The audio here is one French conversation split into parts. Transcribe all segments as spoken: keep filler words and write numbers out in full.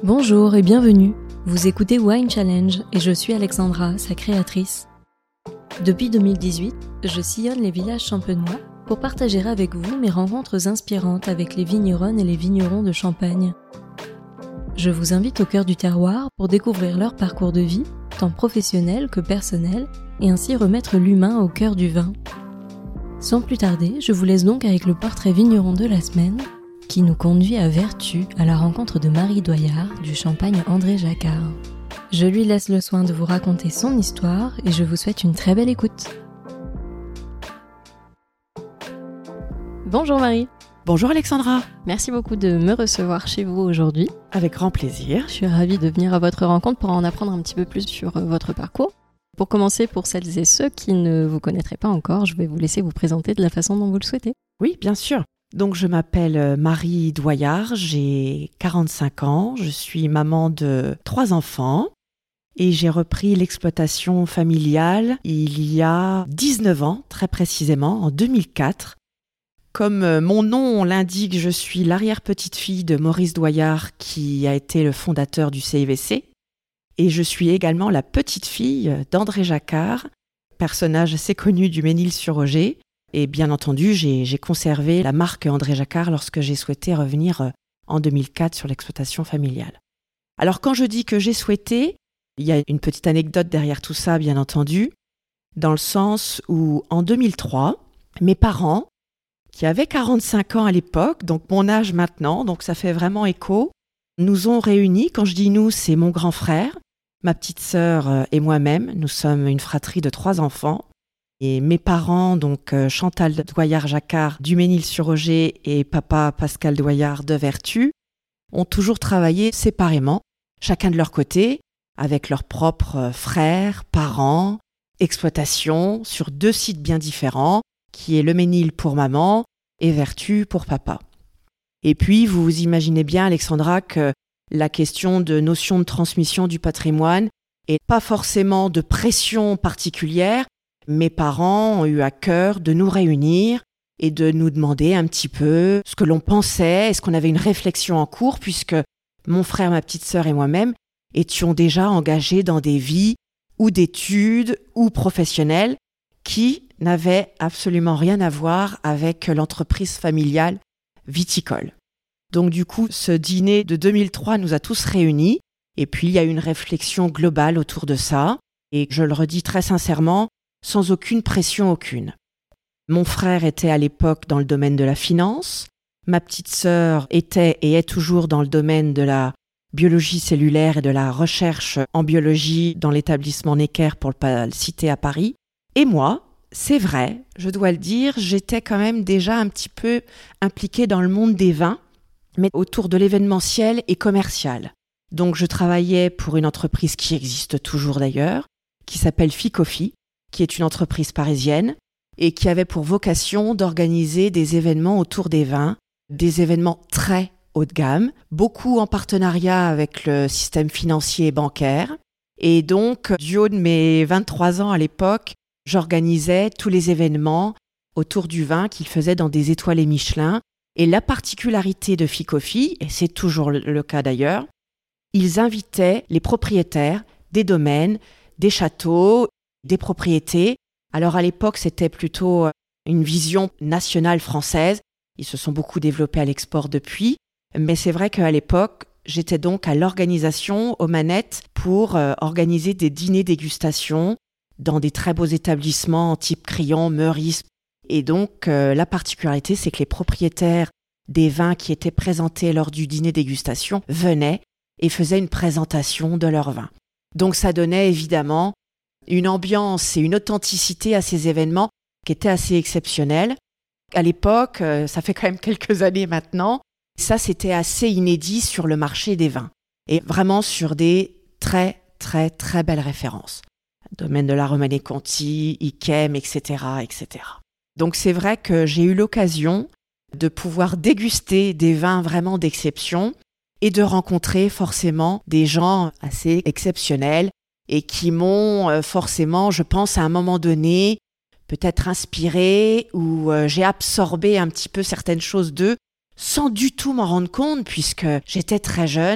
Bonjour et bienvenue. Vous écoutez Wine Challenge et je suis Alexandra, sa créatrice. Depuis deux mille dix-huit, je sillonne les villages champenois pour partager avec vous mes rencontres inspirantes avec les vigneronnes et les vignerons de Champagne. Je vous invite au cœur du terroir pour découvrir leur parcours de vie, tant professionnel que personnel, et ainsi remettre l'humain au cœur du vin. Sans plus tarder, je vous laisse donc avec le portrait vigneron de la semaine, qui nous conduit à Vertus, à la rencontre de Marie Doillard du Champagne André Jacquard. Je lui laisse le soin de vous raconter son histoire et je vous souhaite une très belle écoute. Bonjour Marie. Bonjour Alexandra. Merci beaucoup de me recevoir chez vous aujourd'hui. Avec grand plaisir. Je suis ravie de venir à votre rencontre pour en apprendre un petit peu plus sur votre parcours. Pour commencer, pour celles et ceux qui ne vous connaîtraient pas encore, je vais vous laisser vous présenter de la façon dont vous le souhaitez. Oui, bien sûr. Donc je m'appelle Marie Doillard, j'ai quarante-cinq ans, je suis maman de trois enfants et j'ai repris l'exploitation familiale il y a dix-neuf ans, très précisément, en deux mille quatre. Comme mon nom l'indique, je suis l'arrière-petite-fille de Maurice Doillard qui a été le fondateur du C V C et je suis également la petite-fille d'André Jacquard, personnage assez connu du Mesnil-sur-Oger. Et bien entendu, j'ai, j'ai conservé la marque André Jacquard lorsque j'ai souhaité revenir en deux mille quatre sur l'exploitation familiale. Alors quand je dis que j'ai souhaité, il y a une petite anecdote derrière tout ça, bien entendu, dans le sens où en deux mille trois, mes parents, qui avaient quarante-cinq ans à l'époque, donc mon âge maintenant, donc ça fait vraiment écho, nous ont réunis. Quand je dis nous, c'est mon grand frère, ma petite sœur et moi-même. Nous sommes une fratrie de trois enfants. Et mes parents, donc Chantal Doillard-Jacquard du Mesnil-sur-Oger et papa Pascal Doillard de Vertus, ont toujours travaillé séparément, chacun de leur côté, avec leurs propres frères, parents, exploitations, sur deux sites bien différents, qui est le Mesnil pour maman et Vertus pour papa. Et puis, vous vous imaginez bien, Alexandra, que la question de notion de transmission du patrimoine et pas forcément de pression particulière. Mes parents ont eu à cœur de nous réunir et de nous demander un petit peu ce que l'on pensait, est-ce qu'on avait une réflexion en cours, puisque mon frère, ma petite sœur et moi-même étions déjà engagés dans des vies ou d'études ou professionnelles qui n'avaient absolument rien à voir avec l'entreprise familiale viticole. Donc du coup, ce dîner de deux mille trois nous a tous réunis et puis il y a eu une réflexion globale autour de ça et je le redis très sincèrement, sans aucune pression aucune. Mon frère était à l'époque dans le domaine de la finance, ma petite sœur était et est toujours dans le domaine de la biologie cellulaire et de la recherche en biologie dans l'établissement Necker, pour ne pas le citer, à Paris. Et moi, c'est vrai, je dois le dire, j'étais quand même déjà un petit peu impliquée dans le monde des vins, mais autour de l'événementiel et commercial. Donc je travaillais pour une entreprise qui existe toujours d'ailleurs, qui s'appelle Ficofi, qui est une entreprise parisienne et qui avait pour vocation d'organiser des événements autour des vins, des événements très haut de gamme, beaucoup en partenariat avec le système financier et bancaire. Et donc, du haut de mes vingt-trois ans à l'époque, j'organisais tous les événements autour du vin qu'ils faisaient dans des étoilés Michelin. Et la particularité de Ficofi, et c'est toujours le cas d'ailleurs, ils invitaient les propriétaires des domaines, des châteaux, des propriétés. Alors à l'époque, c'était plutôt une vision nationale française. Ils se sont beaucoup développés à l'export depuis. Mais c'est vrai qu'à l'époque, j'étais donc à l'organisation, aux manettes, pour euh, organiser des dîners dégustation dans des très beaux établissements type Crillon, Meurice. Et donc, euh, la particularité, c'est que les propriétaires des vins qui étaient présentés lors du dîner dégustation venaient et faisaient une présentation de leurs vins. Donc ça donnait évidemment une ambiance et une authenticité à ces événements qui étaient assez exceptionnels. À l'époque, ça fait quand même quelques années maintenant, ça c'était assez inédit sur le marché des vins et vraiment sur des très très très belles références. Domaine de la Romanée-Conti, Yquem, et cetera, et cetera. Donc c'est vrai que j'ai eu l'occasion de pouvoir déguster des vins vraiment d'exception et de rencontrer forcément des gens assez exceptionnels et qui m'ont forcément, je pense, à un moment donné, peut-être inspiré ou euh, j'ai absorbé un petit peu certaines choses d'eux sans du tout m'en rendre compte puisque j'étais très jeune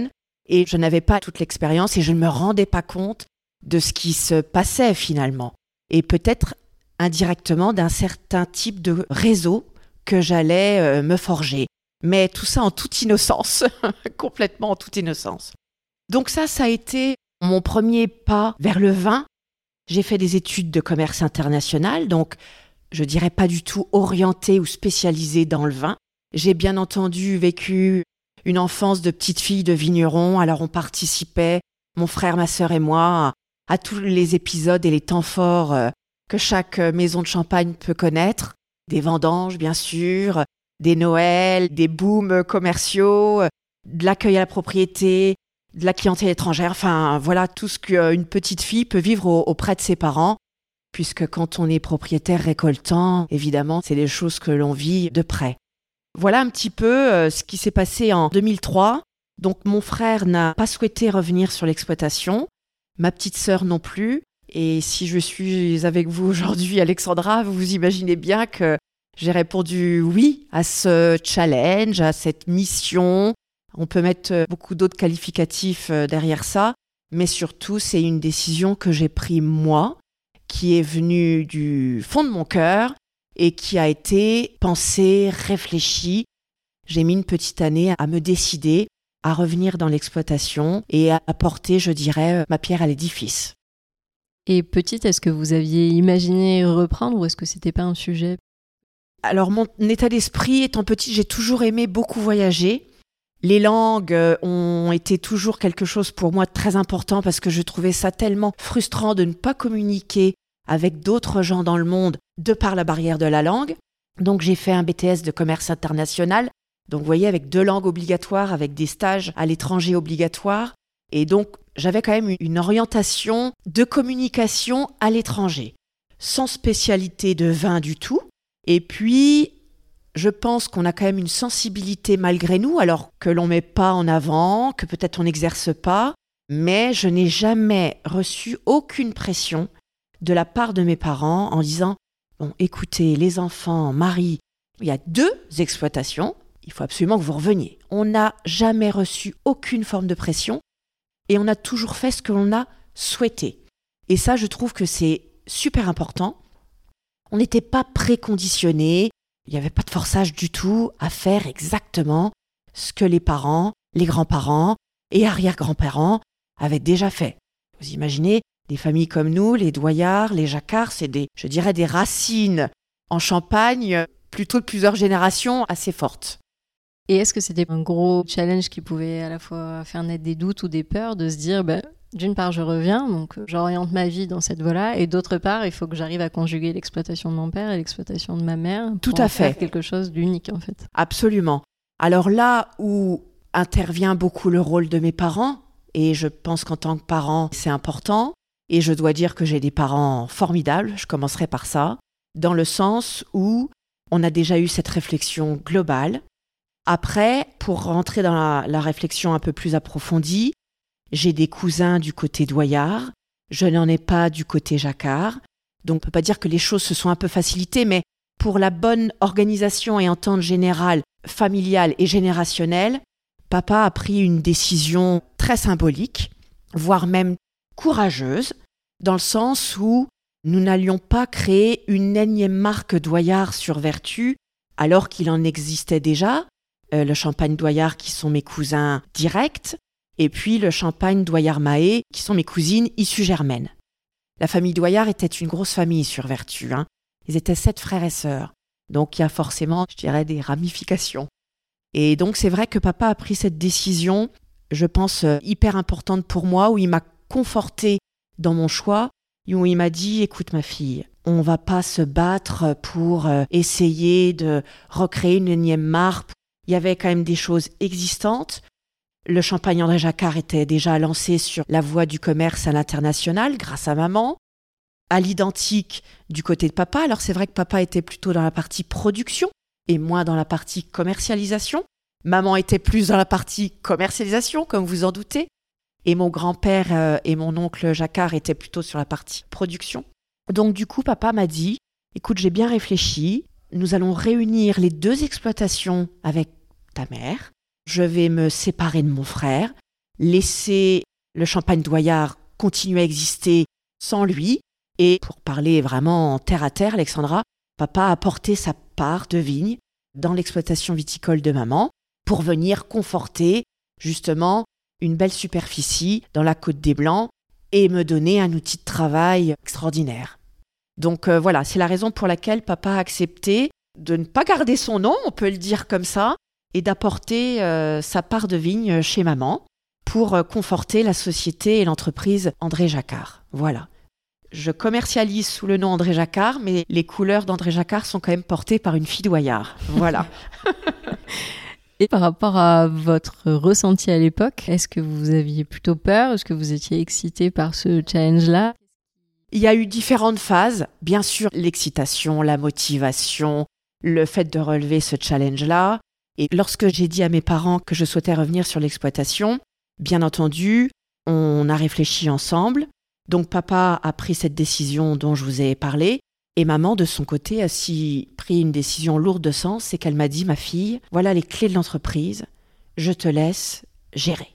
Et je n'avais pas toute l'expérience et je ne me rendais pas compte de ce qui se passait finalement. Et peut-être indirectement d'un certain type de réseau que j'allais euh, me forger. Mais tout ça en toute innocence, complètement en toute innocence. Donc ça, ça a été mon premier pas vers le vin. J'ai fait des études de commerce international, donc je dirais pas du tout orientée ou spécialisée dans le vin. J'ai bien entendu vécu une enfance de petite fille de vigneron, alors on participait, mon frère, ma sœur et moi, à, à tous les épisodes et les temps forts euh, que chaque maison de champagne peut connaître. Des vendanges, bien sûr, des Noëls, des booms commerciaux, de l'accueil à la propriété, de la clientèle étrangère, enfin voilà tout ce qu'une petite fille peut vivre auprès de ses parents, puisque quand on est propriétaire récoltant, évidemment, c'est des choses que l'on vit de près. Voilà un petit peu ce qui s'est passé en deux mille trois. Donc mon frère n'a pas souhaité revenir sur l'exploitation, ma petite sœur non plus. Et si je suis avec vous aujourd'hui, Alexandra, vous vous imaginez bien que j'ai répondu oui à ce challenge, à cette mission. On peut mettre beaucoup d'autres qualificatifs derrière ça, mais surtout, c'est une décision que j'ai prise moi, qui est venue du fond de mon cœur et qui a été pensée, réfléchie. J'ai mis une petite année à me décider à revenir dans l'exploitation et à apporter, je dirais, ma pierre à l'édifice. Et petite, est-ce que vous aviez imaginé reprendre ou est-ce que c'était pas un sujet ? Alors, mon état d'esprit, étant petite, j'ai toujours aimé beaucoup voyager. Les langues ont été toujours quelque chose pour moi de très important parce que je trouvais ça tellement frustrant de ne pas communiquer avec d'autres gens dans le monde de par la barrière de la langue. Donc j'ai fait un B T S de commerce international, donc vous voyez avec deux langues obligatoires, avec des stages à l'étranger obligatoires. Et donc j'avais quand même une orientation de communication à l'étranger, sans spécialité de vin du tout. Et puis je pense qu'on a quand même une sensibilité malgré nous, alors que l'on ne met pas en avant, que peut-être on n'exerce pas, mais je n'ai jamais reçu aucune pression de la part de mes parents en disant « Bon, écoutez, les enfants, Marie, il y a deux exploitations, il faut absolument que vous reveniez. » On n'a jamais reçu aucune forme de pression et on a toujours fait ce que l'on a souhaité. Et ça, je trouve que c'est super important. On n'était pas préconditionné. Il n'y avait pas de forçage du tout à faire exactement ce que les parents, les grands-parents et arrière-grands-parents avaient déjà fait. Vous imaginez, des familles comme nous, les Doyards, les Jacquard, c'est des, je dirais, des racines en Champagne, plutôt de plusieurs générations assez fortes. Et est-ce que c'était un gros challenge qui pouvait à la fois faire naître des doutes ou des peurs de se dire, ben, d'une part, je reviens, donc j'oriente ma vie dans cette voie-là, et d'autre part, il faut que j'arrive à conjuguer l'exploitation de mon père et l'exploitation de ma mère Tout pour à faire fait. quelque chose d'unique, en fait. Absolument. Alors là où intervient beaucoup le rôle de mes parents, et je pense qu'en tant que parent, c'est important, et je dois dire que j'ai des parents formidables, je commencerai par ça, dans le sens où on a déjà eu cette réflexion globale. Après, pour rentrer dans la, la réflexion un peu plus approfondie, j'ai des cousins du côté Doyard, je n'en ai pas du côté Jacquard. Donc on ne peut pas dire que les choses se sont un peu facilitées, mais pour la bonne organisation et entente générale, familiale et générationnelle, papa a pris une décision très symbolique, voire même courageuse, dans le sens où nous n'allions pas créer une énième marque Doyard sur Vertus, alors qu'il en existait déjà, euh, le champagne Doyard qui sont mes cousins directs, et puis le champagne Doyard-Mahé, qui sont mes cousines issues germaines. La famille Doyard était une grosse famille sur Vertus. Hein. Ils étaient sept frères et sœurs. Donc il y a forcément, je dirais, des ramifications. Et donc c'est vrai que papa a pris cette décision, je pense, euh, hyper importante pour moi, où il m'a confortée dans mon choix, où il m'a dit « Écoute ma fille, on ne va pas se battre pour euh, essayer de recréer une énième marque. » Il y avait quand même des choses existantes. Le champagne André Jacquard était déjà lancé sur la voie du commerce à l'international grâce à maman. À l'identique du côté de papa, alors c'est vrai que papa était plutôt dans la partie production et moins dans la partie commercialisation. Maman était plus dans la partie commercialisation, comme vous en doutez. Et mon grand-père euh, et mon oncle Jacquard étaient plutôt sur la partie production. Donc du coup, papa m'a dit, écoute, j'ai bien réfléchi, nous allons réunir les deux exploitations avec ta mère. Je vais me séparer de mon frère. laisser le champagne Doyard continuer à exister sans lui. Et pour parler vraiment terre à terre, Alexandra, papa a apporté sa part de vigne dans l'exploitation viticole de maman pour venir conforter justement une belle superficie dans la Côte des Blancs et me donner un outil de travail extraordinaire. Donc euh, voilà, c'est la raison pour laquelle papa a accepté de ne pas garder son nom, on peut le dire comme ça, et d'apporter euh, sa part de vigne chez maman pour euh, conforter la société et l'entreprise André Jacquard. Voilà. Je commercialise sous le nom André Jacquard, mais les couleurs d'André Jacquard sont quand même portées par une fille Doyard. Voilà. Et par rapport à votre ressenti à l'époque, est-ce que vous aviez plutôt peur ? Est-ce que vous étiez excité par ce challenge-là ? Il y a eu différentes phases. Bien sûr, l'excitation, la motivation, le fait de relever ce challenge-là. Et lorsque j'ai dit à mes parents que je souhaitais revenir sur l'exploitation, bien entendu, on a réfléchi ensemble. Donc papa a pris cette décision dont je vous ai parlé. Et maman, de son côté, a aussi pris une décision lourde de sens, c'est qu'elle m'a dit, ma fille, voilà les clés de l'entreprise, je te laisse gérer.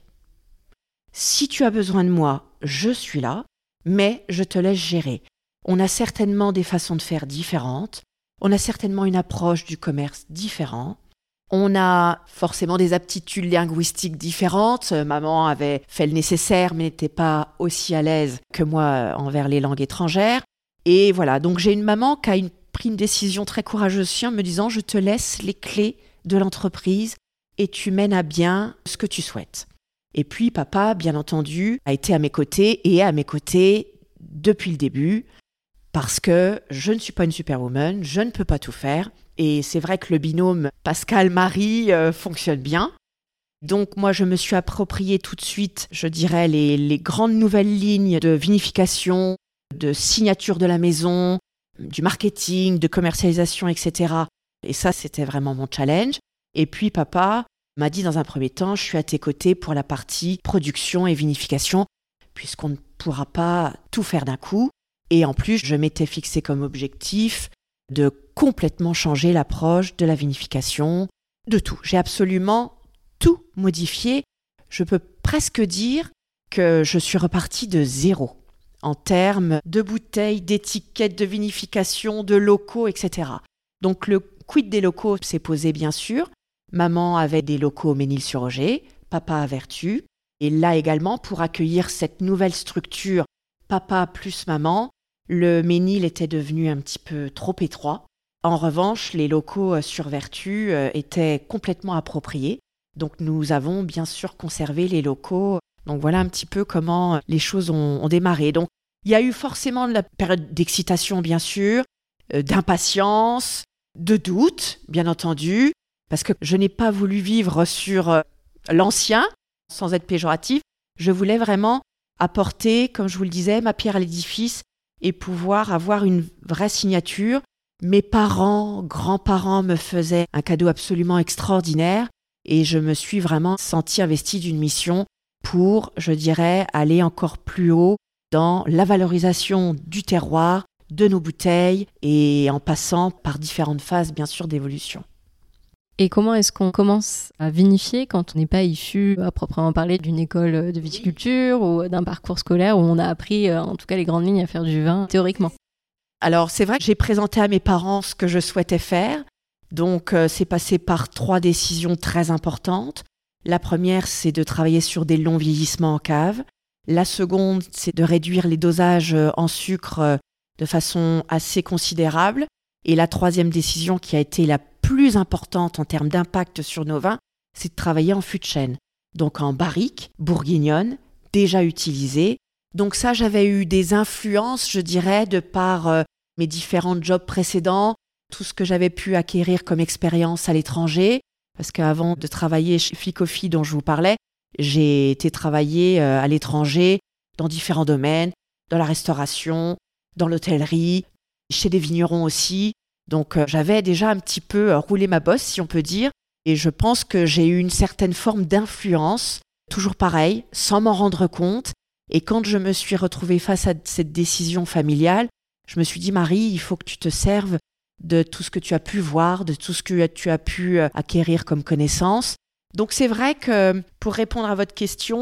Si tu as besoin de moi, je suis là, mais je te laisse gérer. On a certainement des façons de faire différentes, on a certainement une approche du commerce différente, on a forcément des aptitudes linguistiques différentes. Maman avait fait le nécessaire, mais n'était pas aussi à l'aise que moi envers les langues étrangères. Et voilà, donc j'ai une maman qui a une, pris une décision très courageuse aussi en me disant « Je te laisse les clés de l'entreprise et tu mènes à bien ce que tu souhaites. » Et puis papa, bien entendu, a été à mes côtés et est à mes côtés depuis le début parce que je ne suis pas une superwoman, je ne peux pas tout faire. Et c'est vrai que le binôme Pascal-Marie euh, fonctionne bien. Donc moi, je me suis approprié tout de suite, je dirais, les, les grandes nouvelles lignes de vinification, de signature de la maison, du marketing, de commercialisation, et cetera. Et ça, c'était vraiment mon challenge. Et puis papa m'a dit dans un premier temps, je suis à tes côtés pour la partie production et vinification, puisqu'on ne pourra pas tout faire d'un coup. Et en plus, je m'étais fixé comme objectif de complètement changer l'approche de la vinification, de tout. J'ai absolument tout modifié. Je peux presque dire que je suis repartie de zéro en termes de bouteilles, d'étiquettes, de vinification, de locaux, et cetera. Donc le quid des locaux s'est posé bien sûr. Maman avait des locaux au Ménil-sur-Oger, papa à Vertus. Et là également, pour accueillir cette nouvelle structure, papa plus maman, le Ménil était devenu un petit peu trop étroit. En revanche, les locaux sur Vertus étaient complètement appropriés. Donc nous avons bien sûr conservé les locaux. Donc voilà un petit peu comment les choses ont, ont démarré. Donc il y a eu forcément de la période d'excitation bien sûr, euh, d'impatience, de doute bien entendu, parce que je n'ai pas voulu vivre sur euh, l'ancien, sans être péjoratif. Je voulais vraiment apporter, comme je vous le disais, ma pierre à l'édifice et pouvoir avoir une vraie signature. Mes parents, grands-parents me faisaient un cadeau absolument extraordinaire et je me suis vraiment sentie investie d'une mission pour, je dirais, aller encore plus haut dans la valorisation du terroir, de nos bouteilles et en passant par différentes phases, bien sûr, d'évolution. Et comment est-ce qu'on commence à vinifier quand on n'est pas issu, à proprement parler, d'une école de viticulture ou d'un parcours scolaire où on a appris, en tout cas les grandes lignes, à faire du vin théoriquement ? Alors, c'est vrai que j'ai présenté à mes parents ce que je souhaitais faire. Donc, euh, c'est passé par trois décisions très importantes. La première, c'est de travailler sur des longs vieillissements en cave. La seconde, c'est de réduire les dosages en sucre de façon assez considérable. Et la troisième décision, qui a été la plus importante en termes d'impact sur nos vins, c'est de travailler en fût de chêne. Donc en barrique bourguignonne, déjà utilisée. Donc ça, j'avais eu des influences, je dirais, de par euh, mes différents jobs précédents, tout ce que j'avais pu acquérir comme expérience à l'étranger. Parce qu'avant de travailler chez Flicofi dont je vous parlais, j'ai été travailler euh, à l'étranger dans différents domaines, dans la restauration, dans l'hôtellerie, chez des vignerons aussi. Donc euh, j'avais déjà un petit peu euh, roulé ma bosse, si on peut dire. Et je pense que j'ai eu une certaine forme d'influence, toujours pareil, sans m'en rendre compte. Et quand je me suis retrouvée face à cette décision familiale, je me suis dit, Marie, il faut que tu te serves de tout ce que tu as pu voir, de tout ce que tu as pu acquérir comme connaissances. Donc c'est vrai que, pour répondre à votre question,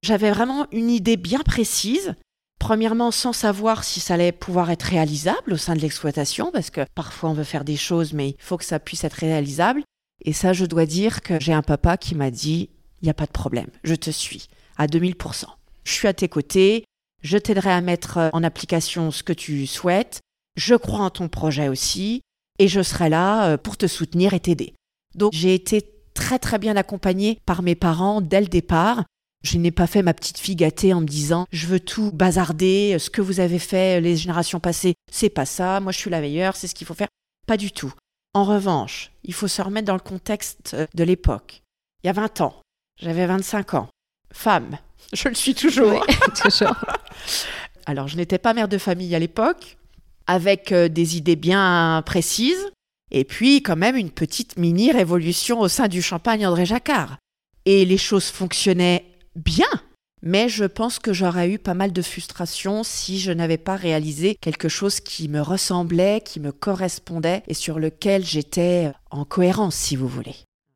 J'avais vraiment une idée bien précise. Premièrement, sans savoir si ça allait pouvoir être réalisable au sein de l'exploitation, parce que parfois on veut faire des choses, mais il faut que ça puisse être réalisable. Et ça, je dois dire que j'ai un papa qui m'a dit « il n'y a pas de problème, je te suis à deux mille pour cent. Je suis à tes côtés, je t'aiderai à mettre en application ce que tu souhaites, je crois en ton projet aussi, et je serai là pour te soutenir et t'aider. » Donc j'ai été très très bien accompagnée par mes parents dès le départ. Je n'ai pas fait ma petite fille gâtée en me disant « je veux tout bazarder, ce que vous avez fait les générations passées, c'est pas ça, moi je suis la meilleure, c'est ce qu'il faut faire. » Pas du tout. En revanche, il faut se remettre dans le contexte de l'époque. Il y a vingt ans, j'avais vingt-cinq ans, femme, je le suis toujours. Oui, toujours. Alors je n'étais pas mère de famille à l'époque, avec des idées bien précises, et puis quand même une petite mini-révolution au sein du Champagne André Jacquard. Et les choses fonctionnaient bien, mais je pense que j'aurais eu pas mal de frustration si je n'avais pas réalisé quelque chose qui me ressemblait, qui me correspondait et sur lequel j'étais en cohérence, si vous voulez.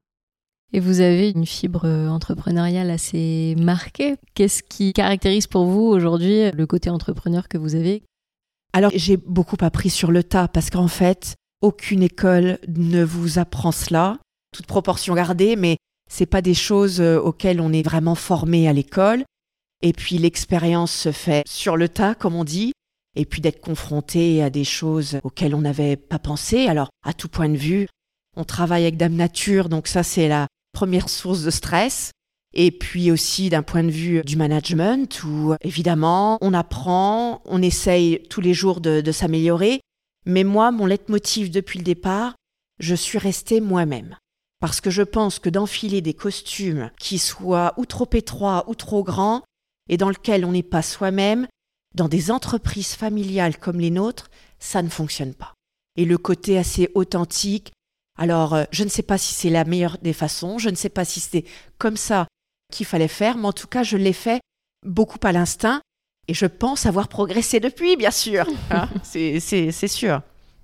Et vous avez une fibre entrepreneuriale assez marquée. Qu'est-ce qui caractérise pour vous aujourd'hui le côté entrepreneur que vous avez ? Alors, j'ai beaucoup appris sur le tas parce qu'en fait, aucune école ne vous apprend cela, toute proportion gardée, mais c'est pas des choses auxquelles on est vraiment formé à l'école. Et puis l'expérience se fait sur le tas, comme on dit, et puis d'être confronté à des choses auxquelles on n'avait pas pensé. Alors, à tout point de vue, on travaille avec Dame Nature, donc ça c'est la première source de stress. Et puis aussi d'un point de vue du management, où évidemment on apprend, on essaye tous les jours de, de s'améliorer. Mais moi, mon leitmotiv depuis le départ, je suis restée moi-même. Parce que je pense que d'enfiler des costumes qui soient ou trop étroits ou trop grands et dans lesquels on n'est pas soi-même, dans des entreprises familiales comme les nôtres, ça ne fonctionne pas. Et le côté assez authentique, alors je ne sais pas si c'est la meilleure des façons, je ne sais pas si c'est comme ça qu'il fallait faire, mais en tout cas, je l'ai fait beaucoup à l'instinct et je pense avoir progressé depuis, bien sûr. Hein, c'est, c'est, c'est sûr.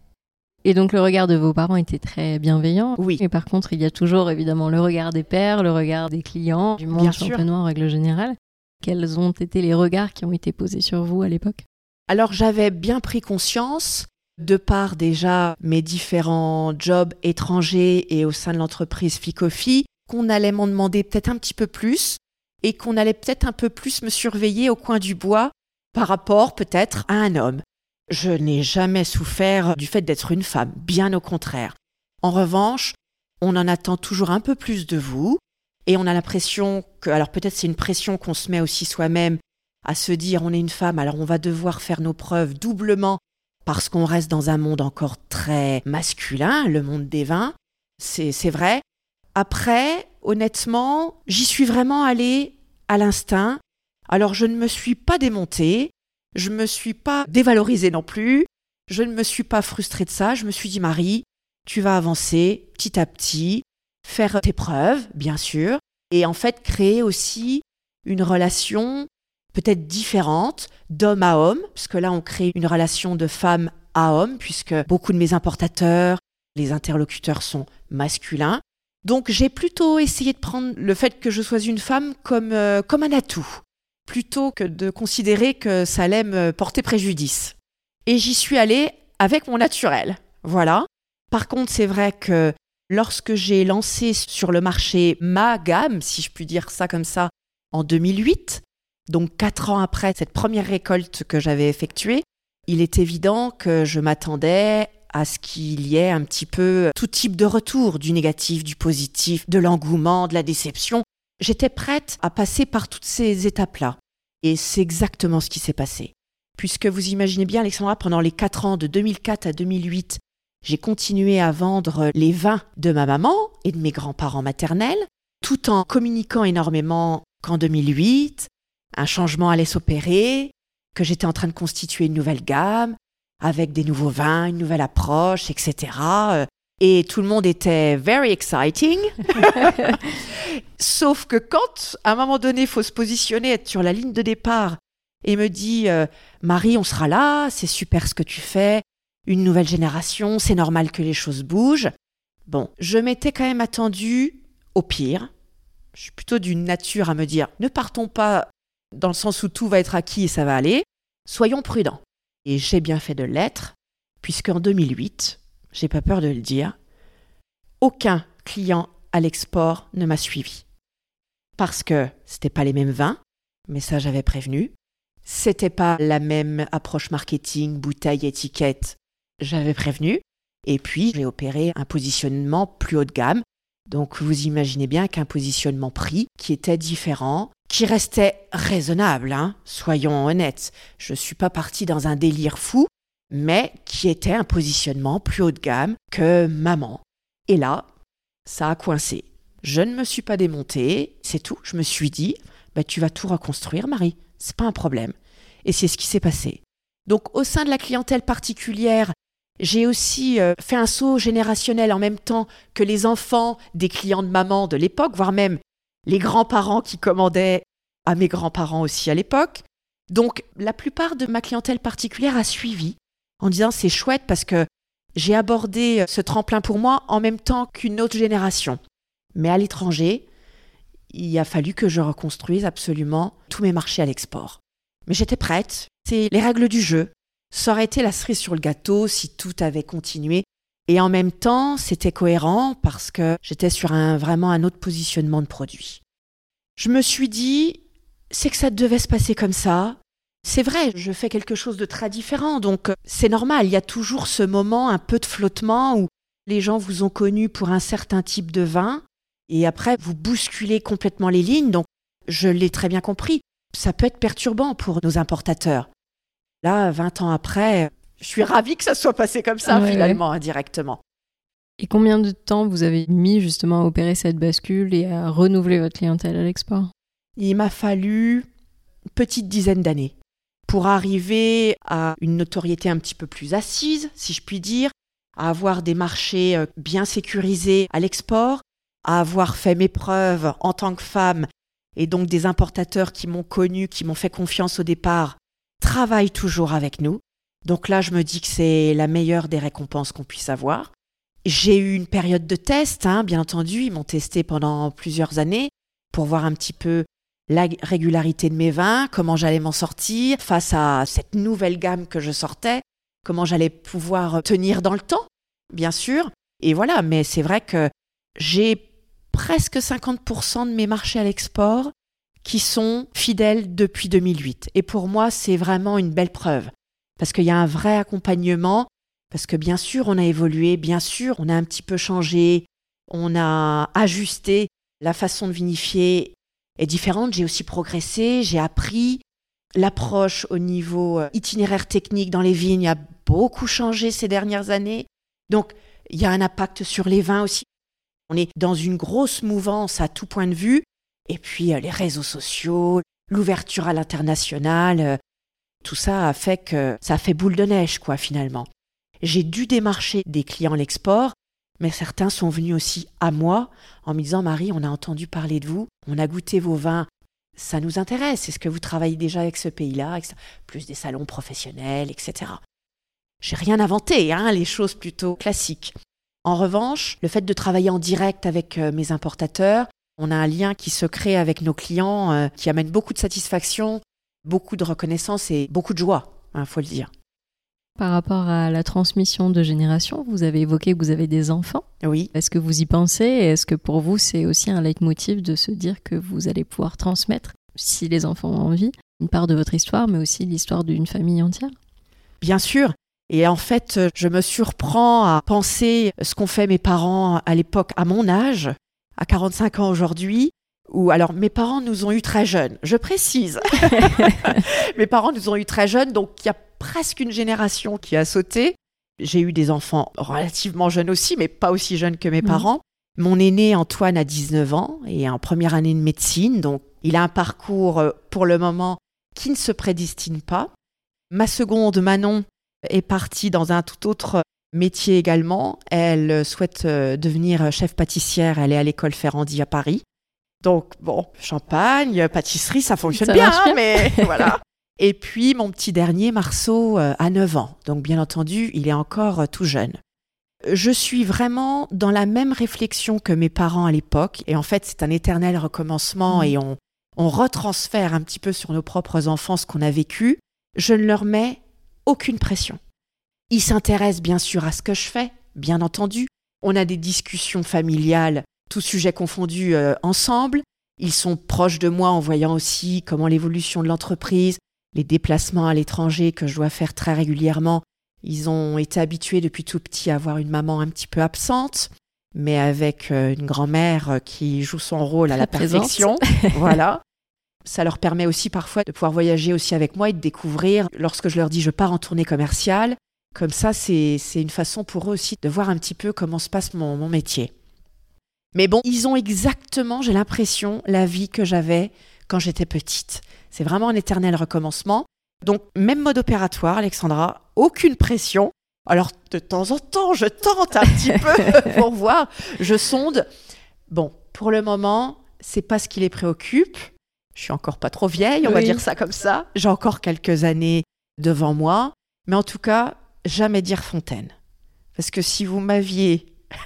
Et donc, le regard de vos parents était très bienveillant. Oui. Et par contre, il y a toujours, évidemment, le regard des pairs, le regard des clients, du monde champenois en règle générale. Quels ont été les regards qui ont été posés sur vous à l'époque ? Alors, j'avais bien pris conscience, de par déjà mes différents jobs étrangers et au sein de l'entreprise Ficofi, qu'on allait m'en demander peut-être un petit peu plus et qu'on allait peut-être un peu plus me surveiller au coin du bois par rapport peut-être à un homme. Je n'ai jamais souffert du fait d'être une femme, bien au contraire. En revanche, on en attend toujours un peu plus de vous et on a l'impression que, alors peut-être c'est une pression qu'on se met aussi soi-même à se dire on est une femme, alors on va devoir faire nos preuves doublement parce qu'on reste dans un monde encore très masculin, le monde des vins, c'est, c'est vrai. Après, honnêtement, j'y suis vraiment allée à l'instinct. Alors je ne me suis pas démontée, je ne me suis pas dévalorisée non plus, je ne me suis pas frustrée de ça, je me suis dit Marie, tu vas avancer petit à petit, faire tes preuves, bien sûr, et en fait créer aussi une relation peut-être différente d'homme à homme, parce que là on crée une relation de femme à homme, puisque beaucoup de mes importateurs, les interlocuteurs sont masculins. Donc j'ai plutôt essayé de prendre le fait que je sois une femme comme, euh, comme un atout, plutôt que de considérer que ça allait me porter préjudice. Et j'y suis allée avec mon naturel, voilà. Par contre, c'est vrai que lorsque j'ai lancé sur le marché ma gamme, si je puis dire ça comme ça, en deux mille huit, donc quatre ans après cette première récolte que j'avais effectuée, il est évident que je m'attendais à ce qu'il y ait un petit peu tout type de retour, du négatif, du positif, de l'engouement, de la déception. J'étais prête à passer par toutes ces étapes-là. Et c'est exactement ce qui s'est passé. Puisque vous imaginez bien, Alexandra, pendant les quatre ans de deux mille quatre à deux mille huit, j'ai continué à vendre les vins de ma maman et de mes grands-parents maternels, tout en communiquant énormément qu'en deux mille huit, un changement allait s'opérer, que j'étais en train de constituer une nouvelle gamme, avec des nouveaux vins, une nouvelle approche, et cetera. Et tout le monde était very exciting. Sauf que quand, à un moment donné, il faut se positionner, être sur la ligne de départ et me dit euh, « Marie, on sera là, c'est super ce que tu fais, une nouvelle génération, c'est normal que les choses bougent. » Bon, je m'étais quand même attendue au pire. Je suis plutôt d'une nature à me dire « Ne partons pas dans le sens où tout va être acquis et ça va aller. Soyons prudents. Et j'ai bien fait de l'être, puisqu'en deux mille huit, j'ai pas peur de le dire, aucun client à l'export ne m'a suivi. Parce que c'était pas les mêmes vins, mais ça j'avais prévenu. C'était pas la même approche marketing, bouteille, étiquette, j'avais prévenu. Et puis j'ai opéré un positionnement plus haut de gamme. Donc vous imaginez bien qu'un positionnement prix qui était différent, qui restait raisonnable, hein, soyons honnêtes. Je ne suis pas partie dans un délire fou, mais qui était un positionnement plus haut de gamme que maman. Et là, ça a coincé. Je ne me suis pas démontée, c'est tout. Je me suis dit, bah, tu vas tout reconstruire, Marie, c'est pas un problème. Et c'est ce qui s'est passé. Donc au sein de la clientèle particulière, j'ai aussi euh, fait un saut générationnel en même temps que les enfants des clients de maman de l'époque, voire même les grands-parents qui commandaient à mes grands-parents aussi à l'époque. Donc, la plupart de ma clientèle particulière a suivi en disant c'est chouette parce que j'ai abordé ce tremplin pour moi en même temps qu'une autre génération. Mais à l'étranger, il a fallu que je reconstruise absolument tous mes marchés à l'export. Mais j'étais prête, c'est les règles du jeu. Ça aurait été la cerise sur le gâteau si tout avait continué. Et en même temps, c'était cohérent parce que j'étais sur un, vraiment un autre positionnement de produit. Je me suis dit, c'est que ça devait se passer comme ça. C'est vrai, je fais quelque chose de très différent, donc c'est normal. Il y a toujours ce moment un peu de flottement où les gens vous ont connu pour un certain type de vin et après vous bousculez complètement les lignes. Donc je l'ai très bien compris. Ça peut être perturbant pour nos importateurs. Là, vingt ans après, je suis ravie que ça soit passé comme ça, ah ouais, finalement, ouais. Indirectement. Et combien de temps vous avez mis justement à opérer cette bascule et à renouveler votre clientèle à l'export ? Il m'a fallu une petite dizaine d'années pour arriver à une notoriété un petit peu plus assise, si je puis dire, à avoir des marchés bien sécurisés à l'export, à avoir fait mes preuves en tant que femme et donc des importateurs qui m'ont connue, qui m'ont fait confiance au départ, travaillent toujours avec nous. Donc là, je me dis que c'est la meilleure des récompenses qu'on puisse avoir. J'ai eu une période de test, hein, bien entendu. Ils m'ont testé pendant plusieurs années pour voir un petit peu la régularité de mes vins, comment j'allais m'en sortir face à cette nouvelle gamme que je sortais, comment j'allais pouvoir tenir dans le temps, bien sûr. Et voilà, mais c'est vrai que j'ai presque cinquante pour cent de mes marchés à l'export qui sont fidèles depuis deux mille huit. Et pour moi, c'est vraiment une belle preuve. Parce qu'il y a un vrai accompagnement, parce que bien sûr, on a évolué, bien sûr, on a un petit peu changé, on a ajusté, la façon de vinifier est différente, j'ai aussi progressé, j'ai appris. L'approche au niveau itinéraire technique dans les vignes a beaucoup changé ces dernières années. Donc, il y a un impact sur les vins aussi. On est dans une grosse mouvance à tout point de vue. Et puis, les réseaux sociaux, l'ouverture à l'international, tout ça a fait que ça a fait boule de neige, quoi, finalement. J'ai dû démarcher des clients à l'export, mais certains sont venus aussi à moi en me disant « Marie, on a entendu parler de vous, on a goûté vos vins, ça nous intéresse, est-ce que vous travaillez déjà avec ce pays-là, et cetera » Plus des salons professionnels, et cetera. J'ai rien inventé, hein, les choses plutôt classiques. En revanche, le fait de travailler en direct avec euh, mes importateurs, on a un lien qui se crée avec nos clients euh, qui amène beaucoup de satisfaction, beaucoup de reconnaissance et beaucoup de joie, il faut le dire. Par rapport à la transmission de génération, vous avez évoqué que vous avez des enfants. Oui. Est-ce que vous y pensez ? Est-ce que pour vous, c'est aussi un leitmotiv de se dire que vous allez pouvoir transmettre, si les enfants ont envie, une part de votre histoire, mais aussi l'histoire d'une famille entière ? Bien sûr. Et en fait, je me surprends à penser ce qu'ont fait mes parents à l'époque, à mon âge, à quarante-cinq ans aujourd'hui, où alors mes parents nous ont eu très jeunes, je précise. Mes parents nous ont eu très jeunes, donc il y a presque une génération qui a sauté. J'ai eu des enfants relativement jeunes aussi, mais pas aussi jeunes que mes parents. Mmh. Mon aîné Antoine a dix-neuf ans et est en première année de médecine, donc il a un parcours pour le moment qui ne se prédestine pas. Ma seconde, Manon, est partie dans un tout autre métier également. Elle souhaite devenir chef pâtissière, elle est à l'école Ferrandi à Paris. Donc bon, champagne, pâtisserie, ça fonctionne ça bien, bien. Hein, mais voilà. Et puis mon petit dernier, Marceau, euh, a neuf ans. Donc bien entendu, il est encore euh, tout jeune. Je suis vraiment dans la même réflexion que mes parents à l'époque. Et en fait, c'est un éternel recommencement mmh. et on, on retransfère un petit peu sur nos propres enfants ce qu'on a vécu, je ne leur mets aucune pression. Ils s'intéressent bien sûr à ce que je fais, bien entendu. On a des discussions familiales, tous sujets confondus, euh, ensemble. Ils sont proches de moi en voyant aussi comment l'évolution de l'entreprise, les déplacements à l'étranger que je dois faire très régulièrement. Ils ont été habitués depuis tout petit à avoir une maman un petit peu absente, mais avec euh, une grand-mère qui joue son rôle à la perfection. Voilà. Ça leur permet aussi parfois de pouvoir voyager aussi avec moi et de découvrir, lorsque je leur dis je pars en tournée commerciale, comme ça c'est, c'est une façon pour eux aussi de voir un petit peu comment se passe mon, mon métier. Mais bon, ils ont exactement, j'ai l'impression, la vie que j'avais quand j'étais petite. C'est vraiment un éternel recommencement. Donc, même mode opératoire, Alexandra, aucune pression. Alors, de temps en temps, je tente un petit peu pour voir, je sonde. Bon, pour le moment, c'est pas ce qui les préoccupe. Je suis encore pas trop vieille, on oui. va dire ça comme ça. J'ai encore quelques années devant moi. Mais en tout cas, jamais dire Fontaine. Parce que si vous m'aviez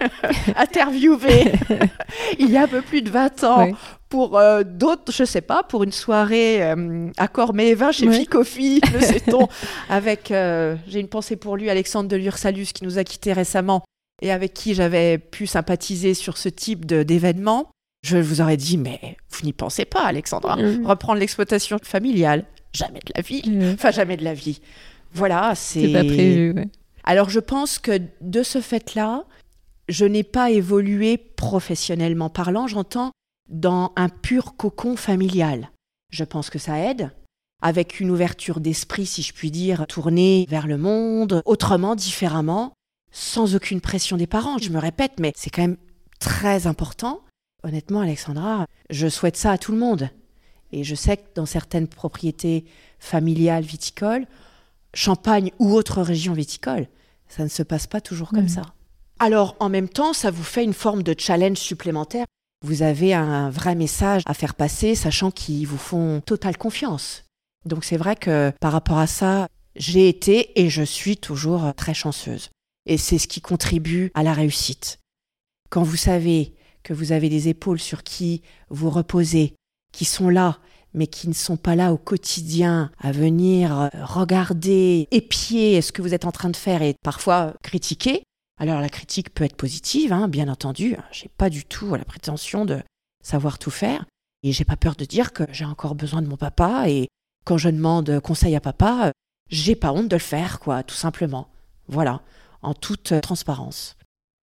interviewé il y a un peu plus de vingt ans oui. pour euh, d'autres, je sais pas, pour une soirée euh, à Cormet et Vin chez oui. Ficofi, le sait-on, avec, euh, j'ai une pensée pour lui, Alexandre de Lursalus, qui nous a quittés récemment et avec qui j'avais pu sympathiser sur ce type de, d'événement. Je vous aurais dit, mais vous n'y pensez pas, Alexandra. Mmh. Reprendre l'exploitation familiale, jamais de la vie. Mmh. Enfin, jamais de la vie. Voilà, c'est... C'est pas prévu, ouais. Alors, je pense que de ce fait-là, je n'ai pas évolué professionnellement parlant, j'entends, dans un pur cocon familial. Je pense que ça aide, avec une ouverture d'esprit, si je puis dire, tournée vers le monde, autrement, différemment, sans aucune pression des parents. Je me répète, mais c'est quand même très important. Honnêtement, Alexandra, je souhaite ça à tout le monde. Et je sais que dans certaines propriétés familiales viticoles, Champagne ou autre région viticole, ça ne se passe pas toujours comme mmh. ça. Alors, en même temps, ça vous fait une forme de challenge supplémentaire. Vous avez un vrai message à faire passer, sachant qu'ils vous font totale confiance. Donc, c'est vrai que par rapport à ça, j'ai été et je suis toujours très chanceuse. Et c'est ce qui contribue à la réussite. Quand vous savez que vous avez des épaules sur qui vous reposez, qui sont là, mais qui ne sont pas là au quotidien à venir regarder, épier ce que vous êtes en train de faire et parfois critiquer. Alors la critique peut être positive, hein, bien entendu. J'ai pas du tout la prétention de savoir tout faire. Et j'ai pas peur de dire que j'ai encore besoin de mon papa. Et quand je demande conseil à papa, j'ai pas honte de le faire, quoi, tout simplement. Voilà, en toute transparence.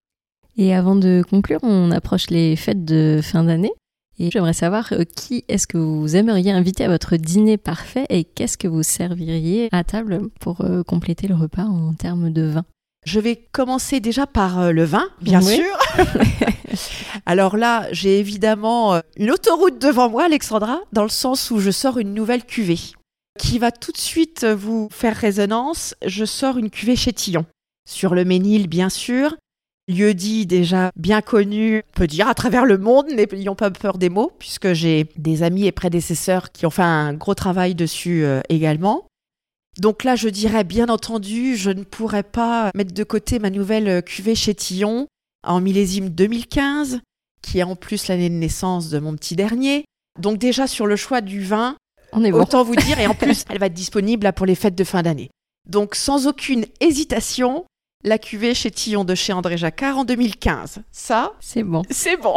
Et avant de conclure, on approche les fêtes de fin d'année. Et j'aimerais savoir euh, qui est-ce que vous aimeriez inviter à votre dîner parfait et qu'est-ce que vous serviriez à table pour euh, compléter le repas en termes de vin. Je vais commencer déjà par euh, le vin, bien oui. sûr. Alors là, j'ai évidemment euh, une autoroute devant moi, Alexandra, dans le sens où je sors une nouvelle cuvée qui va tout de suite vous faire résonance. Je sors une cuvée Chétillon, sur le Ménil, bien sûr. Lieu-dit déjà bien connu, on peut dire, à travers le monde, n'ayons pas peur des mots, puisque j'ai des amis et prédécesseurs qui ont fait un gros travail dessus euh, également. Donc là, je dirais, bien entendu, je ne pourrais pas mettre de côté ma nouvelle cuvée Chétillon en millésime deux mille quinze, qui est en plus l'année de naissance de mon petit dernier. Donc déjà, sur le choix du vin, on est bon. Autant vous dire, et en plus, elle va être disponible là, pour les fêtes de fin d'année. Donc sans aucune hésitation, la cuvée Chétillon de chez André Jacquard en deux mille quinze. Ça, c'est bon. C'est bon.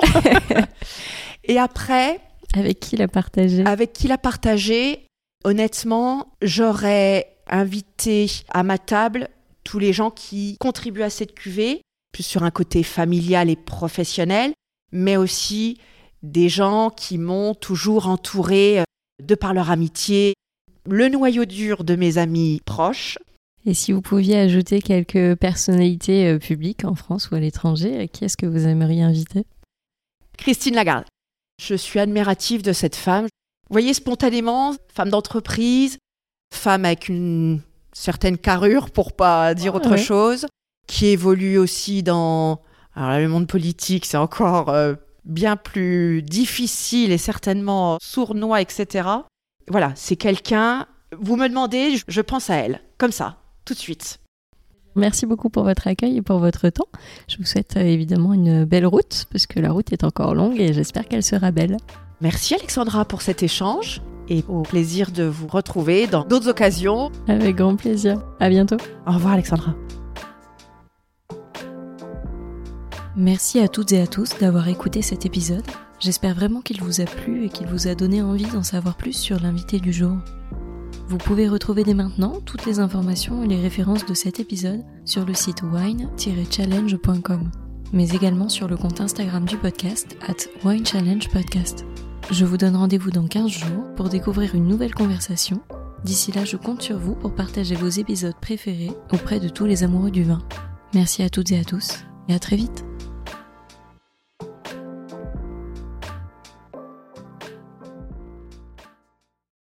Et après... Avec qui l'a partagé ? Avec qui l'a partagé ? Honnêtement, j'aurais invité à ma table tous les gens qui contribuent à cette cuvée, plus sur un côté familial et professionnel, mais aussi des gens qui m'ont toujours entouré de par leur amitié, le noyau dur de mes amis proches. Et si vous pouviez ajouter quelques personnalités euh, publiques en France ou à l'étranger, qui est-ce que vous aimeriez inviter ? Christine Lagarde. Je suis admirative de cette femme. Vous voyez, spontanément, femme d'entreprise, femme avec une certaine carrure, pour pas dire autre ouais. chose, qui évolue aussi dans... Alors là, le monde politique, c'est encore euh, bien plus difficile et certainement sournois, et cetera. Voilà, c'est quelqu'un... Vous me demandez, je pense à elle, comme ça. Tout de suite. Merci beaucoup pour votre accueil et pour votre temps. Je vous souhaite euh, évidemment une belle route, parce que la route est encore longue et j'espère qu'elle sera belle. Merci Alexandra pour cet échange et au plaisir de vous retrouver dans d'autres occasions. Avec grand plaisir. À bientôt. Au revoir Alexandra. Merci à toutes et à tous d'avoir écouté cet épisode. J'espère vraiment qu'il vous a plu et qu'il vous a donné envie d'en savoir plus sur l'invité du jour. Vous pouvez retrouver dès maintenant toutes les informations et les références de cet épisode sur le site wine tiret challenge point com, mais également sur le compte Instagram du podcast arobase wine challenge podcast. Je vous donne rendez-vous dans quinze jours pour découvrir une nouvelle conversation. D'ici là, je compte sur vous pour partager vos épisodes préférés auprès de tous les amoureux du vin. Merci à toutes et à tous et à très vite.